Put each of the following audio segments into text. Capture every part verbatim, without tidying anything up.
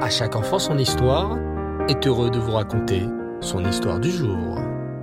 À chaque enfant son histoire est heureux de vous raconter son histoire du jour.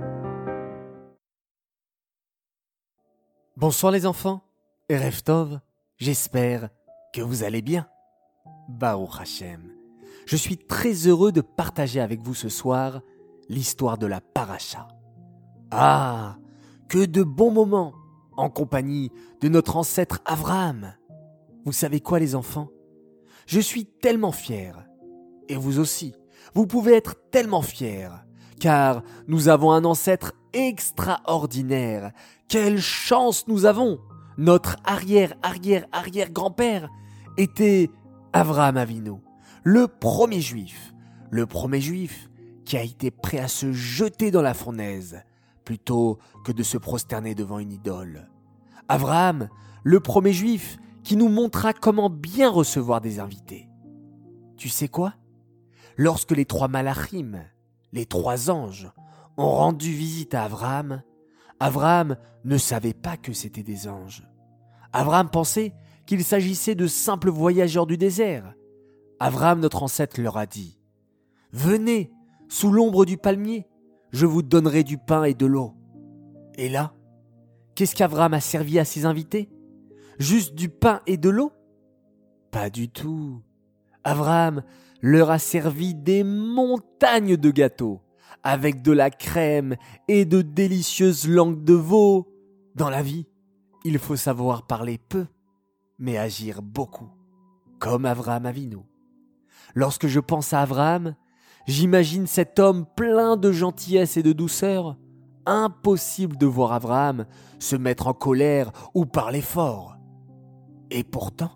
Bonsoir les enfants, Erev Tov, j'espère que vous allez bien. Baruch Hashem, je suis très heureux de partager avec vous ce soir l'histoire de la paracha. Ah, que de bons moments en compagnie de notre ancêtre Abraham. Vous savez quoi les enfants? Je suis tellement fier, et vous aussi, vous pouvez être tellement fiers, car nous avons un ancêtre extraordinaire. Quelle chance nous avons! Notre arrière-arrière-arrière-grand-père était Avraham Avinu, le premier juif, le premier juif qui a été prêt à se jeter dans la fournaise plutôt que de se prosterner devant une idole. Avraham, le premier juif qui nous montra comment bien recevoir des invités. Tu sais quoi? Lorsque les trois malachim, les trois anges, ont rendu visite à Avraham, Avraham ne savait pas que c'étaient des anges. Avraham pensait qu'il s'agissait de simples voyageurs du désert. Avraham, notre ancêtre, leur a dit « Venez, sous l'ombre du palmier, je vous donnerai du pain et de l'eau. » Et là, qu'est-ce qu'Avraham a servi à ses invités? Juste du pain et de l'eau? Pas du tout. Avraham leur a servi des montagnes de gâteaux, avec de la crème et de délicieuses langues de veau. Dans la vie, il faut savoir parler peu, mais agir beaucoup, comme Avraham Avinu. Lorsque je pense à Avraham, j'imagine cet homme plein de gentillesse et de douceur. Impossible de voir Avraham se mettre en colère ou parler fort. Et pourtant,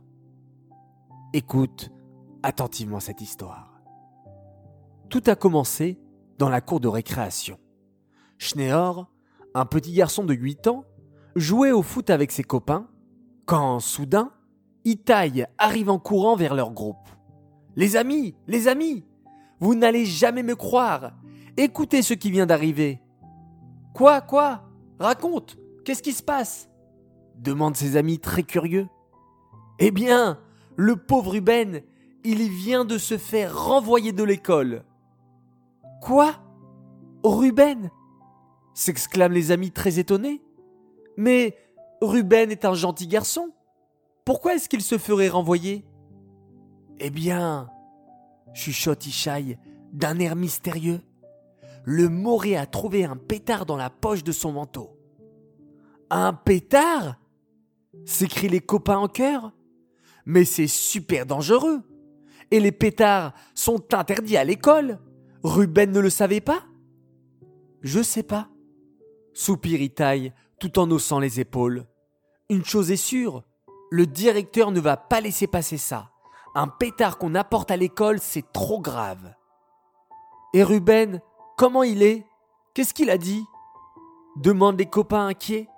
écoute attentivement cette histoire. Tout a commencé dans la cour de récréation. Shneor, un petit garçon de huit ans, jouait au foot avec ses copains, quand soudain, Itai arrive en courant vers leur groupe. « Les amis, les amis, vous n'allez jamais me croire. Écoutez ce qui vient d'arriver. »« Quoi, quoi? Raconte, qu'est-ce qui se passe ?» demandent ses amis très curieux. « Eh bien, le pauvre Ruben, il vient de se faire renvoyer de l'école. »« Quoi? Ruben ?» s'exclament les amis très étonnés. « Mais Ruben est un gentil garçon. Pourquoi est-ce qu'il se ferait renvoyer ?»« Eh bien, chuchote Ishaï d'un air mystérieux, le Moré a trouvé un pétard dans la poche de son manteau. »« Un pétard ?» s'écrient les copains en chœur. « Mais c'est super dangereux. Et les pétards sont interdits à l'école. Ruben ne le savait pas ?»« Je sais pas. » soupire Itai tout en haussant les épaules. « Une chose est sûre, le directeur ne va pas laisser passer ça. Un pétard qu'on apporte à l'école, c'est trop grave. »« Et Ruben, comment il est? Qu'est-ce qu'il a dit ?» demandent les copains inquiets.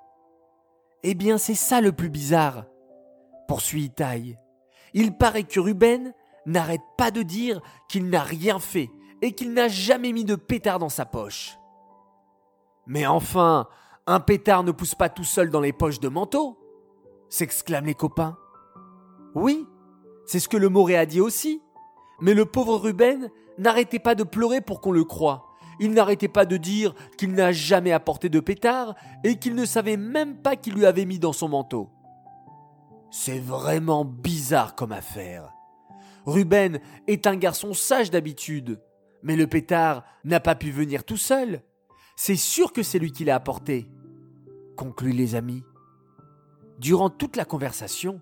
« Eh bien, c'est ça le plus bizarre, » poursuit Itai. « Il paraît que Ruben n'arrête pas de dire qu'il n'a rien fait et qu'il n'a jamais mis de pétard dans sa poche. »« Mais enfin, un pétard ne pousse pas tout seul dans les poches de manteau !» s'exclament les copains. « Oui, c'est ce que le Moré a dit aussi. Mais le pauvre Ruben n'arrêtait pas de pleurer pour qu'on le croie. Il n'arrêtait pas de dire qu'il n'a jamais apporté de pétard et qu'il ne savait même pas qu'il lui avait mis dans son manteau. » C'est vraiment bizarre comme affaire. Ruben est un garçon sage d'habitude, mais le pétard n'a pas pu venir tout seul. C'est sûr que c'est lui qui l'a apporté, concluent les amis. Durant toute la conversation,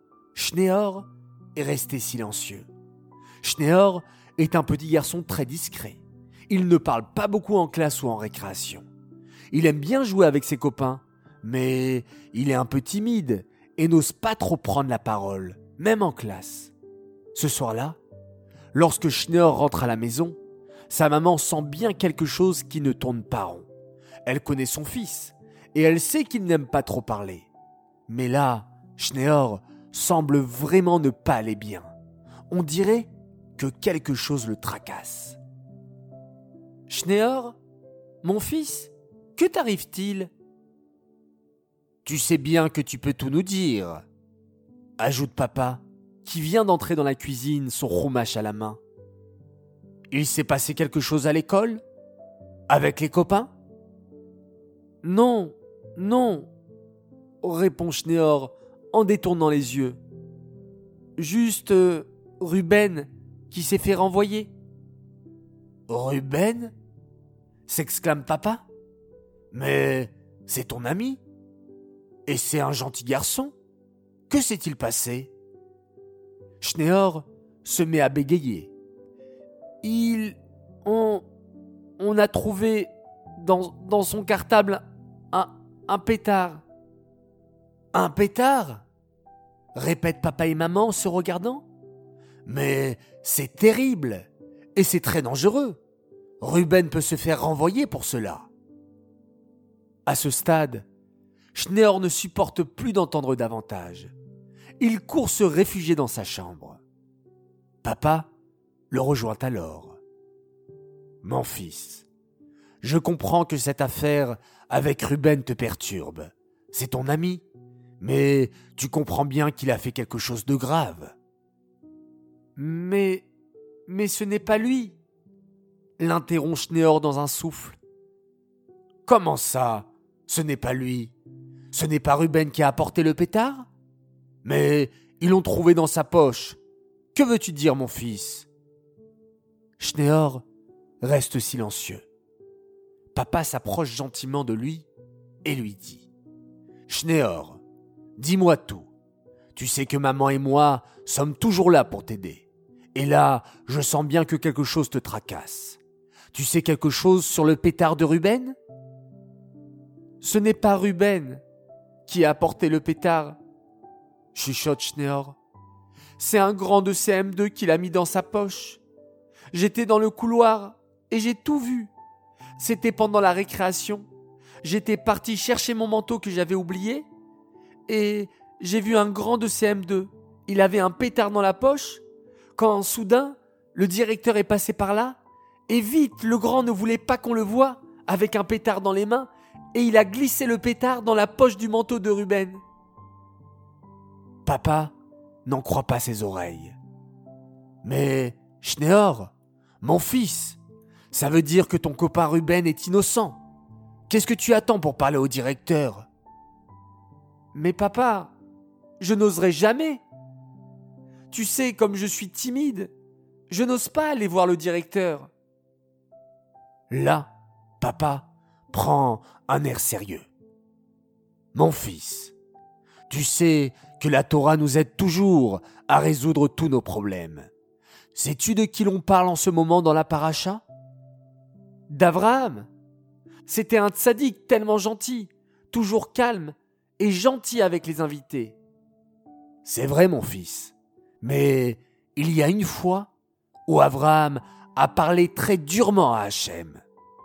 Shneor est resté silencieux. Shneor est un petit garçon très discret. Il ne parle pas beaucoup en classe ou en récréation. Il aime bien jouer avec ses copains, mais il est un peu timide et n'ose pas trop prendre la parole, même en classe. Ce soir-là, lorsque Shneor rentre à la maison, sa maman sent bien quelque chose qui ne tourne pas rond. Elle connaît son fils et elle sait qu'il n'aime pas trop parler. Mais là, Shneor semble vraiment ne pas aller bien. On dirait que quelque chose le tracasse. « Shneor, mon fils, que t'arrive-t-il ?»« Tu sais bien que tu peux tout nous dire, » ajoute papa, qui vient d'entrer dans la cuisine, son chumash à la main. Il s'est passé quelque chose à l'école? Avec les copains? Non, non, répond Schneor en détournant les yeux. Juste euh, Ruben qui s'est fait renvoyer. Ruben? S'exclame papa. Mais c'est ton ami. Et c'est un gentil garçon. Que s'est-il passé? Schneor se met à bégayer. Il... On... On a trouvé dans, dans son cartable un, un pétard. Un pétard? Répètent papa et maman en se regardant. Mais c'est terrible et c'est très dangereux. Ruben peut se faire renvoyer pour cela. À ce stade, Schneor ne supporte plus d'entendre davantage. Il court se réfugier dans sa chambre. Papa le rejoint alors. Mon fils, je comprends que cette affaire avec Ruben te perturbe. C'est ton ami, mais tu comprends bien qu'il a fait quelque chose de grave. Mais, mais ce n'est pas lui, l'interrompt Schneor dans un souffle. Comment ça, ce n'est pas lui? Ce n'est pas Ruben qui a apporté le pétard? Mais ils l'ont trouvé dans sa poche. Que veux-tu dire, mon fils? Schneor reste silencieux. Papa s'approche gentiment de lui et lui dit « Schneor, dis-moi tout. Tu sais que maman et moi sommes toujours là pour t'aider. Et là, je sens bien que quelque chose te tracasse. Tu sais quelque chose sur le pétard de Ruben? » Ce n'est pas Ruben qui a apporté le pétard, chuchote Schneor. C'est un grand de C M deux qui l'a mis dans sa poche. J'étais dans le couloir et j'ai tout vu. C'était pendant la récréation. J'étais parti chercher mon manteau que j'avais oublié et j'ai vu un grand de C M deux. Il avait un pétard dans la poche quand soudain le directeur est passé par là et vite le grand ne voulait pas qu'on le voie avec un pétard dans les mains et il a glissé le pétard dans la poche du manteau de Ruben. Papa n'en croit pas ses oreilles. Mais Schneor, mon fils, ça veut dire que ton copain Ruben est innocent. Qu'est-ce que tu attends pour parler au directeur? Mais papa, je n'oserais jamais. Tu sais, comme je suis timide, je n'ose pas aller voir le directeur. Là, papa prend un air sérieux. Mon fils, tu sais que la Torah nous aide toujours à résoudre tous nos problèmes. Sais-tu de qui l'on parle en ce moment dans la paracha? D'Abraham. C'était un tzaddik tellement gentil, toujours calme et gentil avec les invités. C'est vrai, mon fils, mais il y a une fois où Abraham a parlé très durement à Hachem.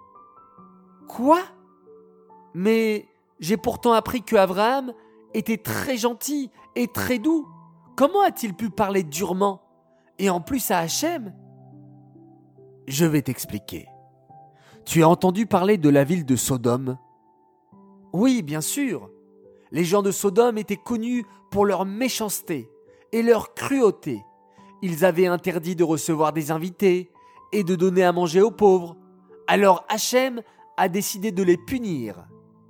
Quoi? Mais j'ai pourtant appris que Abraham était très gentil et très doux. Comment a-t-il pu parler durement? Et en plus à Hachem? Je vais t'expliquer. Tu as entendu parler de la ville de Sodome? Oui, bien sûr. Les gens de Sodome étaient connus pour leur méchanceté et leur cruauté. Ils avaient interdit de recevoir des invités et de donner à manger aux pauvres. Alors Hachem a décidé de les punir.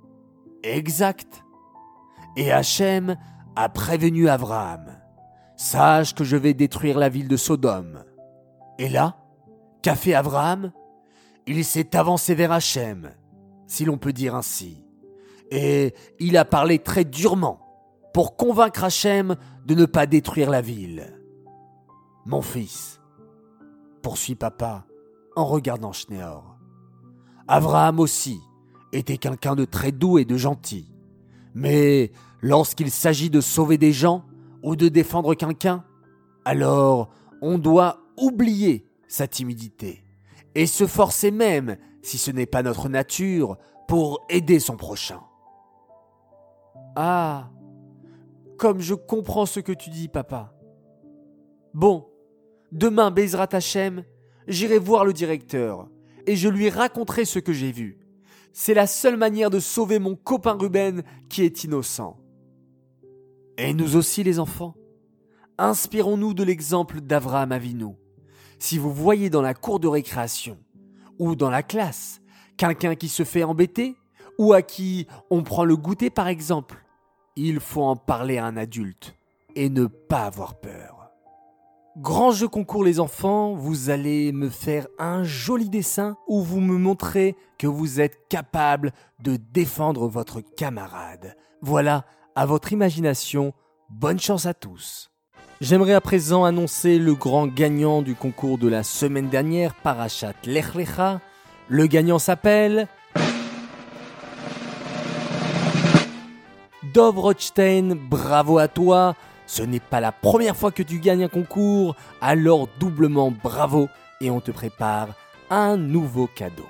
Exact. Et Hachem a prévenu Abraham. Sache que je vais détruire la ville de Sodome. Et là, qu'a fait Abraham? Il s'est avancé vers Hachem, si l'on peut dire ainsi. Et il a parlé très durement pour convaincre Hachem de ne pas détruire la ville. Mon fils, poursuit papa en regardant Schneor. Abraham aussi était quelqu'un de très doux et de gentil. Mais lorsqu'il s'agit de sauver des gens ou de défendre quelqu'un, alors on doit oublier sa timidité et se forcer même, si ce n'est pas notre nature, pour aider son prochain. Ah, comme je comprends ce que tu dis, papa. Bon, demain, Bezrat Hachem, j'irai voir le directeur et je lui raconterai ce que j'ai vu. C'est la seule manière de sauver mon copain Ruben qui est innocent. Et nous aussi, les enfants, inspirons-nous de l'exemple d'Avraham Avinu. Si vous voyez dans la cour de récréation ou dans la classe quelqu'un qui se fait embêter ou à qui on prend le goûter par exemple, il faut en parler à un adulte et ne pas avoir peur. Grand jeu concours les enfants, vous allez me faire un joli dessin où vous me montrez que vous êtes capable de défendre votre camarade. Voilà, à votre imagination, bonne chance à tous. J'aimerais à présent annoncer le grand gagnant du concours de la semaine dernière, Parashat Lech Lecha. Le gagnant s'appelle Dov Rothstein, bravo à toi. Ce n'est pas la première fois que tu gagnes un concours, alors doublement bravo et on te prépare un nouveau cadeau.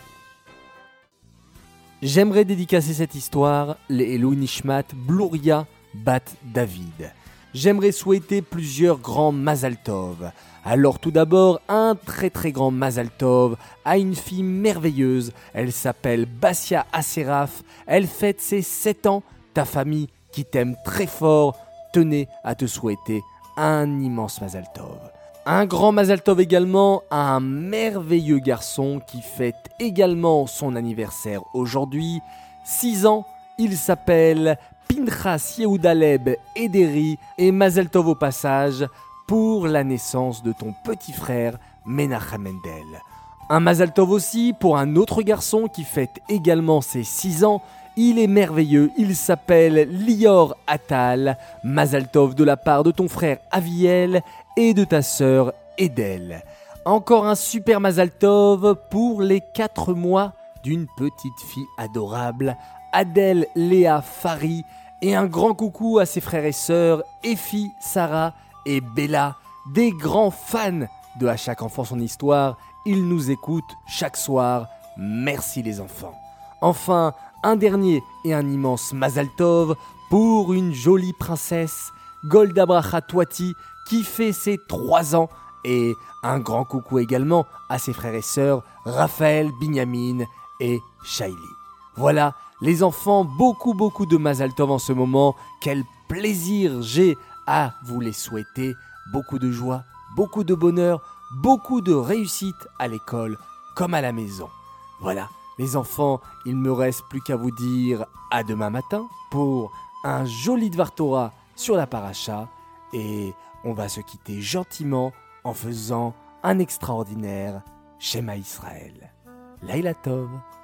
J'aimerais dédicacer cette histoire, les Elou Nishmat Bluria Bat David. J'aimerais souhaiter plusieurs grands Mazal Tov. Alors tout d'abord, un très très grand Mazal Tov à une fille merveilleuse. Elle s'appelle Bassia Aseraf. Elle fête ses sept ans. Ta famille qui t'aime très fort tenait à te souhaiter un immense Mazal Tov. Un grand Mazal Tov également à un merveilleux garçon qui fête également son anniversaire aujourd'hui. six ans, il s'appelle Pinchas Yehudaleb Ederi et Mazal Tov au passage pour la naissance de ton petit frère Menachem Mendel. Un Mazal Tov aussi pour un autre garçon qui fête également ses six ans. Il est merveilleux, il s'appelle Lior Attal. Mazal Tov de la part de ton frère Aviel et de ta sœur Edel. Encore un super Mazal Tov pour les quatre mois d'une petite fille adorable, Adèle Léa Fari. Et un grand coucou à ses frères et sœurs, Effie, Sarah et Bella, des grands fans de À chaque enfant son histoire. Ils nous écoutent chaque soir. Merci les enfants. Enfin, un dernier et un immense Mazal Tov pour une jolie princesse, Golda Bracha Toiti, qui fait ses trois ans. Et un grand coucou également à ses frères et sœurs, Raphaël, Binyamin et Shaili. Voilà, les enfants, beaucoup beaucoup de Mazal Tov en ce moment. Quel plaisir j'ai à vous les souhaiter. Beaucoup de joie, beaucoup de bonheur, beaucoup de réussite à l'école comme à la maison. Voilà, les enfants, il ne me reste plus qu'à vous dire à demain matin pour un joli Dvar Torah sur la paracha. Et on va se quitter gentiment en faisant un extraordinaire Shema Israël. Laila Tov.